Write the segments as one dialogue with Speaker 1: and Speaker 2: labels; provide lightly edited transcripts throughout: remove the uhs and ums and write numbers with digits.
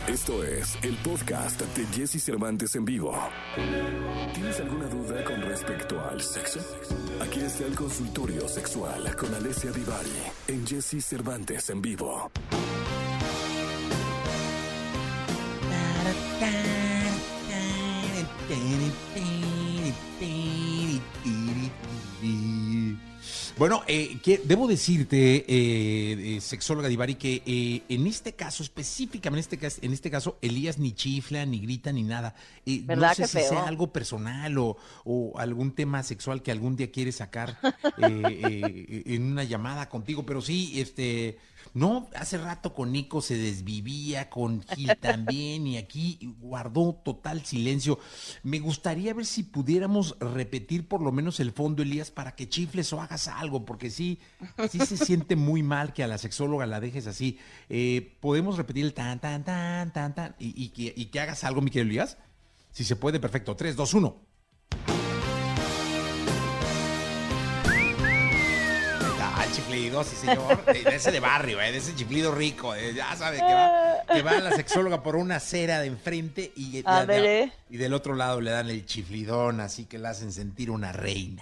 Speaker 1: Esto es el podcast de Jesse Cervantes en vivo. ¿Tienes alguna duda con respecto al sexo? Aquí está el consultorio sexual con Alessia Divari en Jesse Cervantes en vivo.
Speaker 2: Bueno, debo decirte, sexóloga Divari, que en este caso, específicamente en este caso, Elías ni chifla, ni grita, ni nada. No sé si sea algo personal o algún tema sexual que algún día quiere sacar en una llamada contigo, pero sí, no, hace rato con Nico se desvivía, con Gil también, y aquí guardó total silencio. Me gustaría ver si pudiéramos repetir por lo menos el fondo, Elías, para que chifles o hagas algo, porque sí se siente muy mal que a la sexóloga la dejes así. ¿Podemos repetir el tan, tan, tan, tan, tan, y que hagas algo, mi querido Elías? Si se puede, perfecto. 3, 2, 1. Chiflido, sí señor, de ese de barrio, de ese chiflido rico, ya sabe que va la sexóloga por una acera de enfrente y del otro lado le dan el chiflidón, así que la hacen sentir una reina.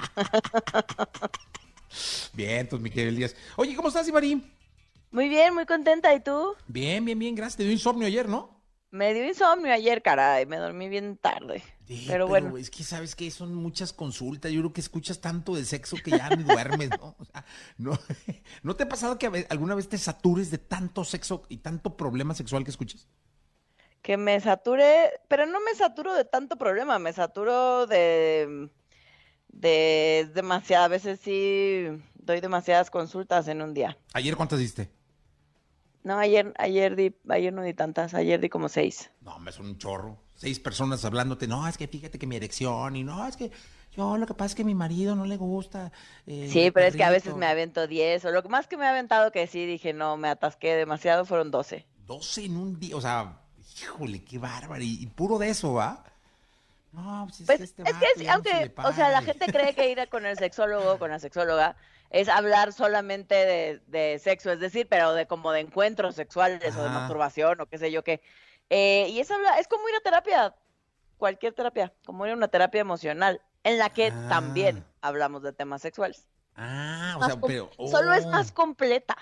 Speaker 2: Bien, pues mi querido Elías. Oye, ¿cómo estás, Divari?
Speaker 3: Muy bien, muy contenta, ¿y tú?
Speaker 2: Bien, gracias, te dio insomnio ayer, ¿no?
Speaker 3: Me dio insomnio ayer, caray, me dormí bien tarde.
Speaker 2: Sí,
Speaker 3: pero bueno.
Speaker 2: Es que sabes que son muchas consultas, yo creo que escuchas tanto de sexo que ya ni duermes, ¿no? O sea, ¿no te ha pasado que alguna vez te satures de tanto sexo y tanto problema sexual que escuchas?
Speaker 3: Que me sature, pero no me saturo de tanto problema, me saturo de demasiadas, a veces sí doy demasiadas consultas en un día.
Speaker 2: ¿Ayer cuántas diste?
Speaker 3: No, ayer no di tantas, ayer di como 6.
Speaker 2: No, es un chorro. 6 personas hablándote, no, es que fíjate que mi erección, y no, es que yo lo que pasa es que a mi marido no le gusta.
Speaker 3: Sí, pero es que a veces me avento 10, o lo que más que me ha aventado que sí dije, no, me atasqué demasiado, fueron 12.
Speaker 2: 12 en un día, o sea, híjole, qué bárbaro, y puro de eso, ¿va? No,
Speaker 3: pues es que aunque, o sea, la gente cree que ir con el sexólogo, con la sexóloga, es hablar solamente de sexo, es decir, pero como de encuentros sexuales o de masturbación o qué sé yo qué. Y es como ir a terapia, cualquier terapia, como ir a una terapia emocional, en la que también hablamos de temas sexuales.
Speaker 2: O sea, pero...
Speaker 3: Solo es más completa.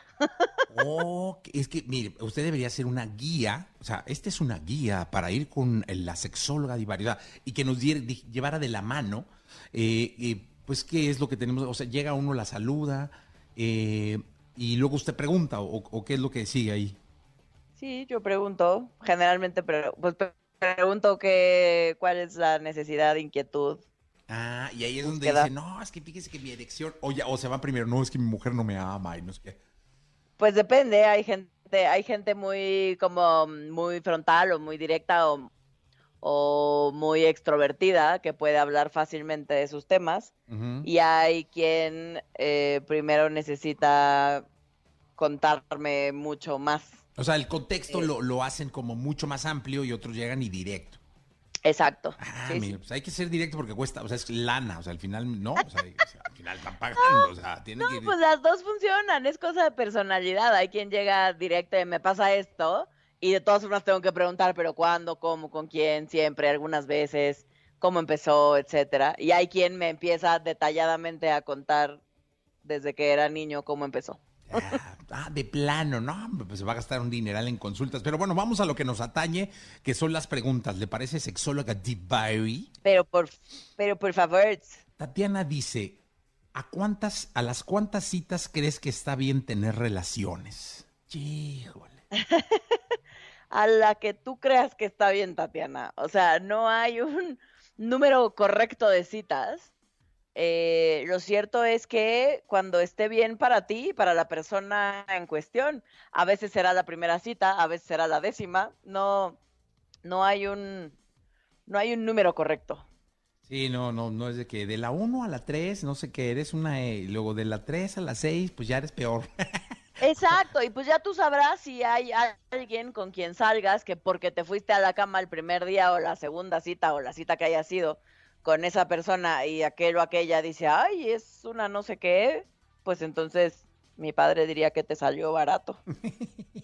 Speaker 2: Es que, mire, usted debería ser una guía, o sea, esta es una guía para ir con la sexóloga Divari y que nos llevara de la mano, pues, qué es lo que tenemos, o sea, llega uno, la saluda, y luego usted pregunta, o qué es lo que sigue ahí.
Speaker 3: Sí, yo pregunto, generalmente pregunto cuál es la necesidad, inquietud.
Speaker 2: Y ahí es donde dice, no, es que fíjese que mi erección, o se va primero, no, es que mi mujer no me ama, y no sé qué.
Speaker 3: Pues depende, hay gente muy muy frontal o muy directa o muy extrovertida que puede hablar fácilmente de sus temas, y hay quien primero necesita contarme mucho más.
Speaker 2: O sea, el contexto lo hacen como mucho más amplio y otros llegan y directo.
Speaker 3: Exacto.
Speaker 2: Mira, pues hay que ser directo porque cuesta, o sea, es lana, o sea, al final no, o sea, al final están pagando, o sea, tienen que ir.
Speaker 3: Pues las dos funcionan, es cosa de personalidad. Hay quien llega directo y me pasa esto, y de todas formas tengo que preguntar, pero ¿cuándo, cómo, con quién, siempre, algunas veces, cómo empezó, etcétera. Y hay quien me empieza detalladamente a contar desde que era niño cómo empezó.
Speaker 2: De plano, no, pues se va a gastar un dineral en consultas. Pero bueno, vamos a lo que nos atañe, que son las preguntas. ¿Le parece, sexóloga Divari?
Speaker 3: Pero por favor.
Speaker 2: Tatiana dice, ¿a las cuántas citas crees que está bien tener relaciones? Híjole.
Speaker 3: A la que tú creas que está bien, Tatiana. O sea, no hay un número correcto de citas. Lo cierto es que cuando esté bien para ti, para la persona en cuestión, a veces será la primera cita, a veces será la 10ª, no hay un número correcto.
Speaker 2: Sí, no es de que de la 1 a la 3, no sé qué, eres una y luego de la 3 a la 6, pues ya eres peor.
Speaker 3: Exacto, y pues ya tú sabrás si hay alguien con quien salgas que porque te fuiste a la cama el primer día o la segunda cita o la cita que haya sido con esa persona y aquel o aquella dice, ay, es una no sé qué, pues entonces mi padre diría que te salió barato.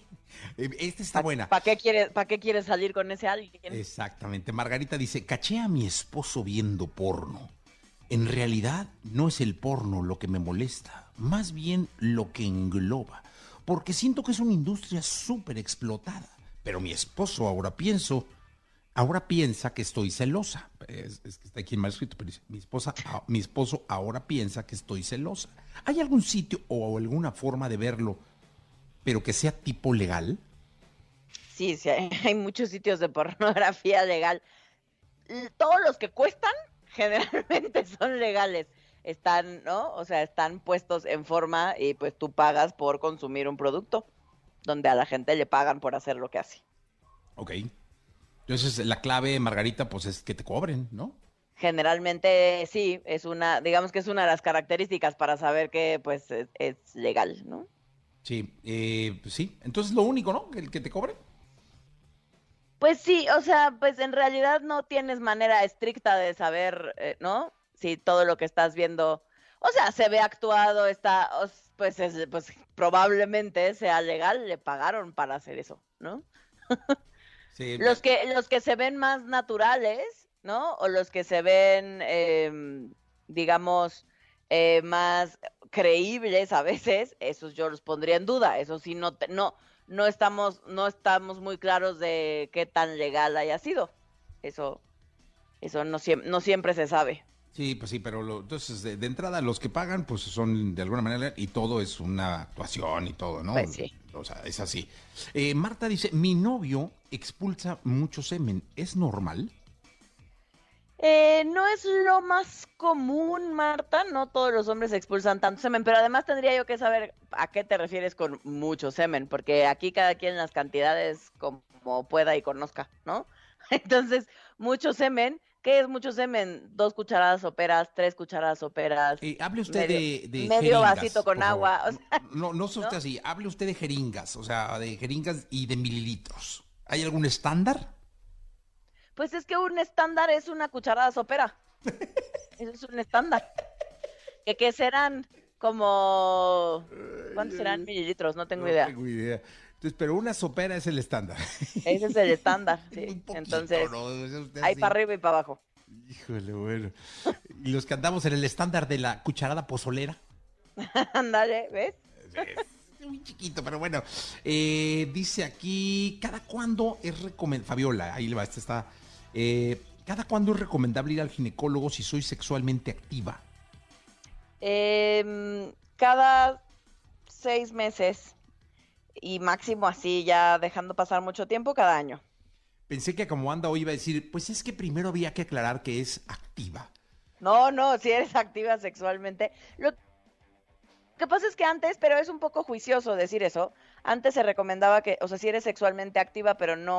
Speaker 2: Esta está buena.
Speaker 3: ¿Para qué quieres salir con ese alguien?
Speaker 2: Exactamente. Margarita dice, caché a mi esposo viendo porno. En realidad no es el porno lo que me molesta, más bien lo que engloba, porque siento que es una industria súper explotada. Pero mi esposo ahora piensa que estoy celosa. Es que está aquí mal escrito, pero dice, mi esposo ahora piensa que estoy celosa. ¿Hay algún sitio o alguna forma de verlo, pero que sea tipo legal?
Speaker 3: Sí, hay muchos sitios de pornografía legal. Todos los que cuestan generalmente son legales. Están, ¿no? O sea, están puestos en forma y pues tú pagas por consumir un producto, donde a la gente le pagan por hacer lo que hace.
Speaker 2: Ok. Entonces, la clave, Margarita, pues es que te cobren, ¿no?
Speaker 3: Generalmente sí, digamos que es una de las características para saber que pues es legal, ¿no?
Speaker 2: Sí, pues sí. Entonces, lo único, ¿no? El que te cobren.
Speaker 3: Pues sí, o sea, pues en realidad no tienes manera estricta de saber, ¿no? Si todo lo que estás viendo, o sea, se ve actuado, pues probablemente sea legal, le pagaron para hacer eso, ¿no?
Speaker 2: Sí.
Speaker 3: Los que se ven más naturales, ¿no? O los que se ven, digamos, más creíbles a veces, esos yo los pondría en duda. Eso sí, no estamos muy claros de qué tan legal haya sido. Eso no siempre se sabe.
Speaker 2: Sí, pues sí, pero entonces de entrada los que pagan pues son de alguna manera y todo es una actuación y todo, ¿no?
Speaker 3: Pues sí.
Speaker 2: O sea, es así. Marta dice, mi novio expulsa mucho semen, ¿es normal?
Speaker 3: No es lo más común, Marta, no todos los hombres expulsan tanto semen, pero además tendría yo que saber a qué te refieres con mucho semen, porque aquí cada quien las cantidades como pueda y conozca, ¿no? Entonces, mucho semen, ¿qué es mucho semen? 2 cucharadas soperas, 3 cucharadas soperas.
Speaker 2: Hable usted de
Speaker 3: medio
Speaker 2: jeringas,
Speaker 3: vasito con agua. O sea,
Speaker 2: no sea usted así, hable usted de jeringas, o sea, de jeringas y de mililitros. ¿Hay algún estándar?
Speaker 3: Pues es que un estándar es una cucharada sopera. Eso es un estándar. ¿Qué serán? Como... ¿Cuántos serán mililitros? No tengo idea.
Speaker 2: No tengo idea. Entonces, pero una sopera es el estándar.
Speaker 3: Ese es el estándar, sí.
Speaker 2: Muy poquito,
Speaker 3: Entonces,
Speaker 2: ¿no?
Speaker 3: hay para arriba y para abajo.
Speaker 2: Híjole, bueno. Y los que andamos en el estándar de la cucharada pozolera.
Speaker 3: Ándale, ¿ves?
Speaker 2: Es muy chiquito, pero bueno. Dice aquí, ¿cada cuándo es recomendable? Fabiola, ahí le va, está. ¿Cada cuándo es recomendable ir al ginecólogo si soy sexualmente activa?
Speaker 3: Cada 6 meses y máximo así, ya dejando pasar mucho tiempo, cada año.
Speaker 2: Pensé que como anda hoy iba a decir, pues es que primero había que aclarar que es activa.
Speaker 3: No, si eres activa sexualmente. Lo que pasa es que antes, pero es un poco juicioso decir eso, antes se recomendaba que, o sea, si eres sexualmente activa,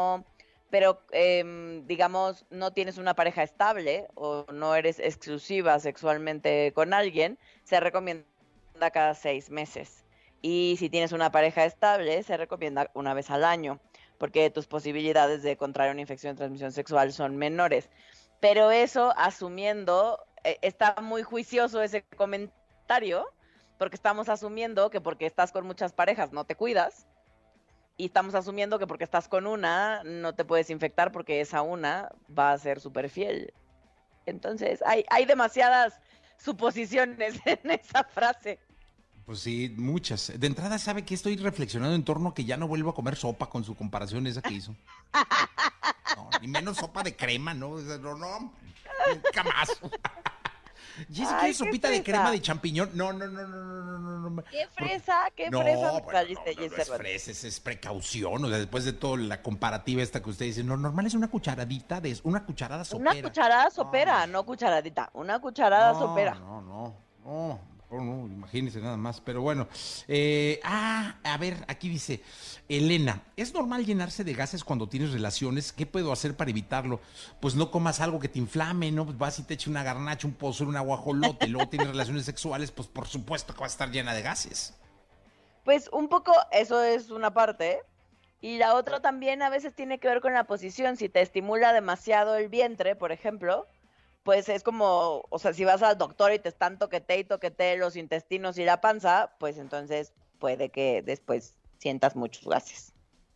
Speaker 3: digamos, no tienes una pareja estable o no eres exclusiva sexualmente con alguien, se recomienda cada 6 meses. Y si tienes una pareja estable, se recomienda una vez al año, porque tus posibilidades de contraer una infección de transmisión sexual son menores. Pero eso asumiendo, está muy juicioso ese comentario, porque estamos asumiendo que porque estás con muchas parejas no te cuidas, y estamos asumiendo que porque estás con una no te puedes infectar porque esa una va a ser súper fiel. Entonces hay demasiadas suposiciones en esa frase.
Speaker 2: Pues sí, muchas. De entrada, ¿sabe que estoy reflexionando en torno a que ya no vuelvo a comer sopa con su comparación esa que hizo? No, ni menos sopa de crema, ¿no? No, nunca más. Jessy, ¿qué sopita de crema de champiñón? No.
Speaker 3: ¿Qué fresa? ¿Qué fresa saliste, Jessy?
Speaker 2: No es fresa, es precaución. O sea, después de toda la comparativa esta que usted dice, no, normal es una cucharadita, una cucharada sopera.
Speaker 3: Una cucharada sopera, no cucharadita, una cucharada sopera.
Speaker 2: No, imagínense nada más, pero bueno. A ver, aquí dice, Elena, ¿es normal llenarse de gases cuando tienes relaciones? ¿Qué puedo hacer para evitarlo? Pues no comas algo que te inflame, ¿no? Pues vas y te eches una garnacha, un pozole, un aguajolote, luego tienes relaciones sexuales, pues por supuesto que vas a estar llena de gases.
Speaker 3: Pues un poco, eso es una parte, y la otra también a veces tiene que ver con la posición. Si te estimula demasiado el vientre, por ejemplo, pues es como, o sea, si vas al doctor y te están toquete los intestinos y la panza, pues entonces puede que después sientas muchos gases.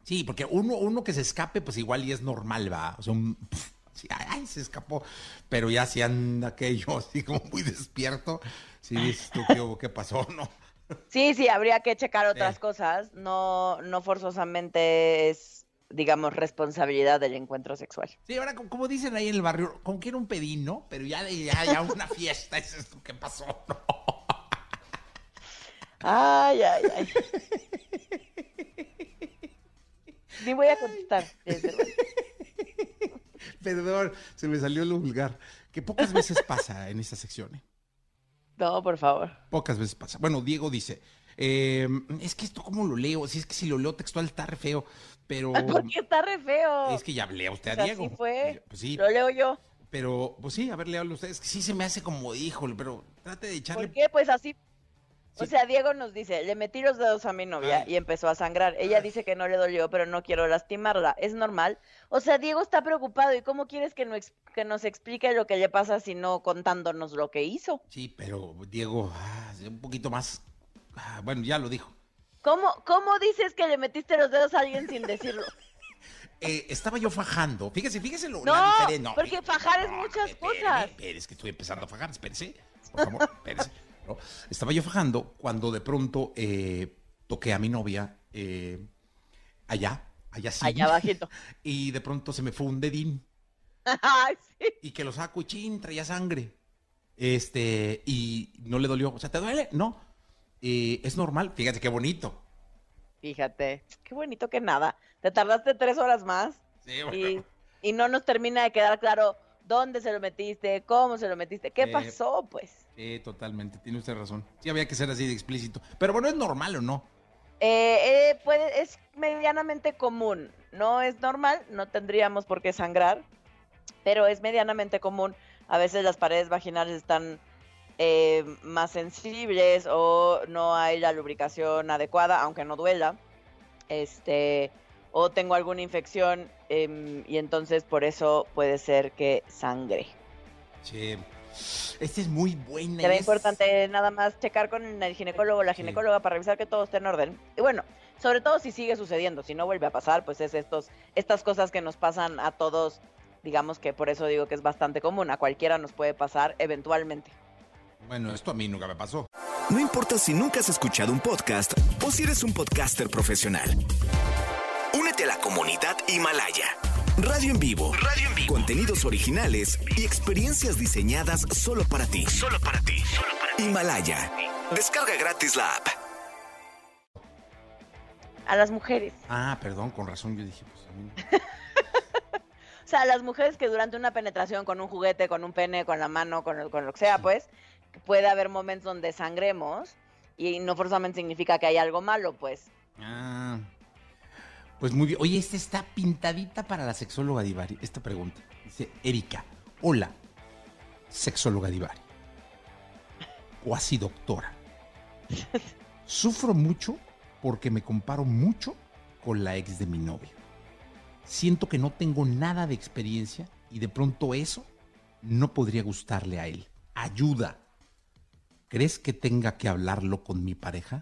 Speaker 2: Sí, porque uno que se escape, pues igual y es normal, va. O sea, sí, ay, se escapó. Pero ya si anda aquello así como muy despierto, sí dices tú, ¿qué pasó? ¿No?
Speaker 3: Sí, habría que checar otras cosas. No forzosamente es, digamos, responsabilidad del encuentro sexual.
Speaker 2: Sí, ahora, como dicen ahí en el barrio, como que era un pedín, ¿no? Pero ya una fiesta, eso es lo que pasó, ¿no?
Speaker 3: Ay. Ni voy a contestar.
Speaker 2: Perdón, se me salió lo vulgar. Que pocas veces pasa en esta sección, ¿eh?
Speaker 3: No, por favor.
Speaker 2: Pocas veces pasa. Bueno, Diego dice, es que esto, ¿cómo lo leo? Si es que si lo leo textual está re feo, pero...
Speaker 3: Porque está re feo.
Speaker 2: Es que ya lea usted a
Speaker 3: o sea,
Speaker 2: Diego.
Speaker 3: Sí fue.
Speaker 2: Pues sí.
Speaker 3: Lo leo yo.
Speaker 2: Pero, pues sí, a ver, léalo usted. Es que sí se me hace como, híjole, pero trate de echarle...
Speaker 3: ¿Por qué? Pues así.
Speaker 2: Sí.
Speaker 3: O sea, Diego nos dice, le metí los dedos a mi novia y empezó a sangrar. Ella dice que no le dolió, pero no quiero lastimarla. ¿Es normal? O sea, Diego está preocupado. ¿Y cómo quieres que nos explique lo que le pasa si no contándonos lo que hizo?
Speaker 2: Sí, pero Diego, un poquito más... bueno, ya lo dijo.
Speaker 3: ¿Cómo dices que le metiste los dedos a alguien sin decirlo?
Speaker 2: Estaba yo fajando. Fíjese la
Speaker 3: No,
Speaker 2: diferencia.
Speaker 3: porque fajar es muchas cosas.
Speaker 2: Es que estoy empezando a fajar. Espérese, por favor, espérese. ¿No? Estaba yo fajando cuando de pronto toqué a mi novia allá sí.
Speaker 3: Allá bajito.
Speaker 2: Y de pronto se me fue un dedín.
Speaker 3: Ay, sí.
Speaker 2: Y que lo saco y chin, traía sangre. Y no le dolió. O sea, ¿te duele? No. Es normal. Fíjate qué bonito.
Speaker 3: Fíjate, qué bonito que nada. Te tardaste 3 horas más.
Speaker 2: Sí, bueno.
Speaker 3: Y no nos termina de quedar claro dónde se lo metiste, cómo se lo metiste, qué pasó, pues.
Speaker 2: Sí, totalmente, tiene usted razón. Sí, había que ser así de explícito. Pero bueno, ¿es normal o no?
Speaker 3: Es medianamente común. No es normal, no tendríamos por qué sangrar, pero es medianamente común. A veces las paredes vaginales están más sensibles o no hay la lubricación adecuada, aunque no duela. O tengo alguna infección y entonces por eso puede ser que sangre.
Speaker 2: Sí. Este es muy buena.
Speaker 3: Será importante nada más checar con el ginecólogo o la ginecóloga para revisar que todo esté en orden. Y bueno, sobre todo si sigue sucediendo, si no vuelve a pasar, pues es estas cosas que nos pasan a todos, digamos que por eso digo que es bastante común, a cualquiera nos puede pasar eventualmente.
Speaker 2: Bueno, esto a mí nunca me pasó.
Speaker 1: No importa si nunca has escuchado un podcast o si eres un podcaster profesional. Únete a la comunidad Himalaya. Radio en vivo. Contenidos originales y experiencias diseñadas solo para ti. Himalaya. Descarga gratis la app.
Speaker 3: A las mujeres.
Speaker 2: Perdón, con razón yo dije, pues a mí no.
Speaker 3: O sea, a las mujeres que durante una penetración con un juguete, con un pene, con la mano, con lo que sea, pues, puede haber momentos donde sangremos y no forzosamente significa que hay algo malo, pues.
Speaker 2: Pues muy bien. Oye, esta está pintadita para la sexóloga Divari. Esta pregunta. Dice Erika. Hola, sexóloga Divari. Cuasi doctora. Sufro mucho porque me comparo mucho con la ex de mi novio. Siento que no tengo nada de experiencia y de pronto eso no podría gustarle a él. Ayuda. ¿Crees que tenga que hablarlo con mi pareja?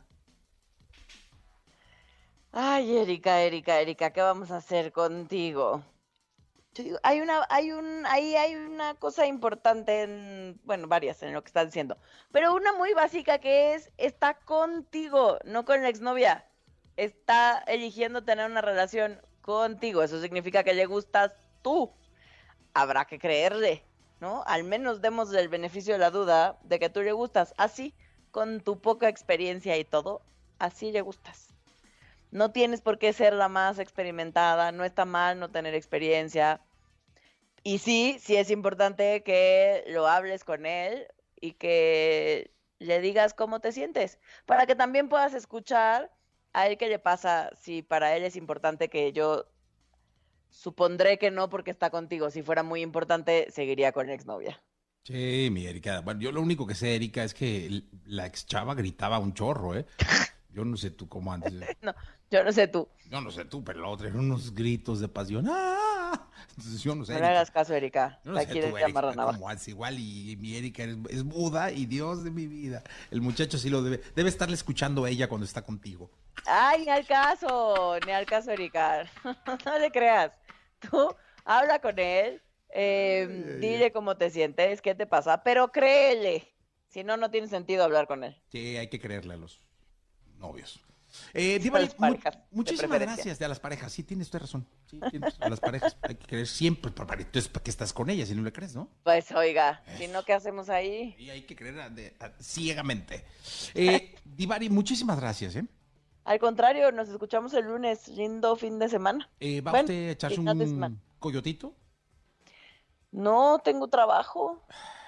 Speaker 3: Ay, Erika, ¿qué vamos a hacer contigo? Yo digo, ahí hay una cosa importante, varias en lo que estás diciendo, pero una muy básica que está contigo, no con la exnovia. Está eligiendo tener una relación contigo, eso significa que le gustas tú. Habrá que creerle, ¿no? Al menos demos el beneficio de la duda de que tú le gustas, así, con tu poca experiencia y todo, así le gustas. No tienes por qué ser la más experimentada, no está mal no tener experiencia. Y sí es importante que lo hables con él y que le digas cómo te sientes, para que también puedas escuchar a él qué le pasa, si para él es importante, que yo supondré que no porque está contigo. Si fuera muy importante, seguiría con la exnovia.
Speaker 2: Sí, mi Erika. Bueno, yo lo único que sé, Erika, es que la ex chava gritaba un chorro, ¿eh? Yo no sé tú cómo antes.
Speaker 3: No, yo no sé tú.
Speaker 2: Yo no sé tú, pero la otra eran unos gritos de pasión. ¡Ah! Entonces yo no sé.
Speaker 3: No le hagas caso, Erika.
Speaker 2: No
Speaker 3: La
Speaker 2: sé,
Speaker 3: quieres
Speaker 2: tú,
Speaker 3: llamar
Speaker 2: Erika,
Speaker 3: la navaja.
Speaker 2: como es igual y mi Erika es muda y Dios de mi vida. El muchacho sí lo debe estarle escuchando a ella cuando está contigo.
Speaker 3: Ay, ni al caso, Erika. No le creas. Tú habla con él, dile cómo te sientes, qué te pasa, pero créele. Si no, no tiene sentido hablar con él.
Speaker 2: Sí, hay que creerle a los novios.
Speaker 3: A
Speaker 2: Diva,
Speaker 3: las parejas,
Speaker 2: muchísimas
Speaker 3: de preferencia.
Speaker 2: gracias a las parejas. Sí, tienes usted razón. Sí, a las parejas hay que creer siempre. Entonces, ¿para qué estás con ella si no le crees, no?
Speaker 3: Pues oiga, si no, ¿qué hacemos ahí?
Speaker 2: Y hay que creer ciegamente. Divari, muchísimas gracias, ¿eh?
Speaker 3: Al contrario, nos escuchamos el lunes, lindo fin de semana.
Speaker 2: ¿Va
Speaker 3: Bueno,
Speaker 2: usted a echarse
Speaker 3: final de semana.
Speaker 2: un coyotito?
Speaker 3: No, tengo trabajo.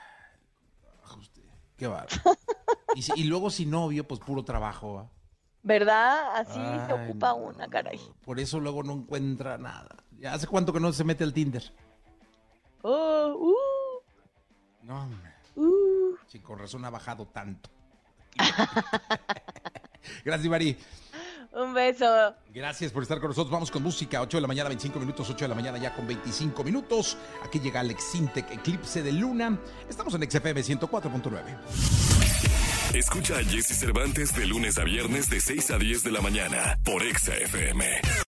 Speaker 2: Qué bárbaro. Y luego sin novio, pues puro trabajo, ¿va?
Speaker 3: ¿Verdad? Así se
Speaker 2: Ay,
Speaker 3: ocupa
Speaker 2: no,
Speaker 3: una, caray.
Speaker 2: no. Por eso luego no encuentra nada. ¿Ya hace cuánto que no se mete al Tinder?
Speaker 3: Oh,
Speaker 2: No, hombre. Sí, con razón ha bajado tanto. Gracias, Divari.
Speaker 3: Un beso.
Speaker 2: Gracias por estar con nosotros. Vamos con música. 8 de la mañana, 25 minutos. 8 de la mañana ya con 25 minutos. Aquí llega Alex Sintek, Eclipse de Luna. Estamos en XFM 104.9.
Speaker 1: Escucha a Jesse Cervantes de lunes a viernes de 6 a 10 de la mañana por XFM.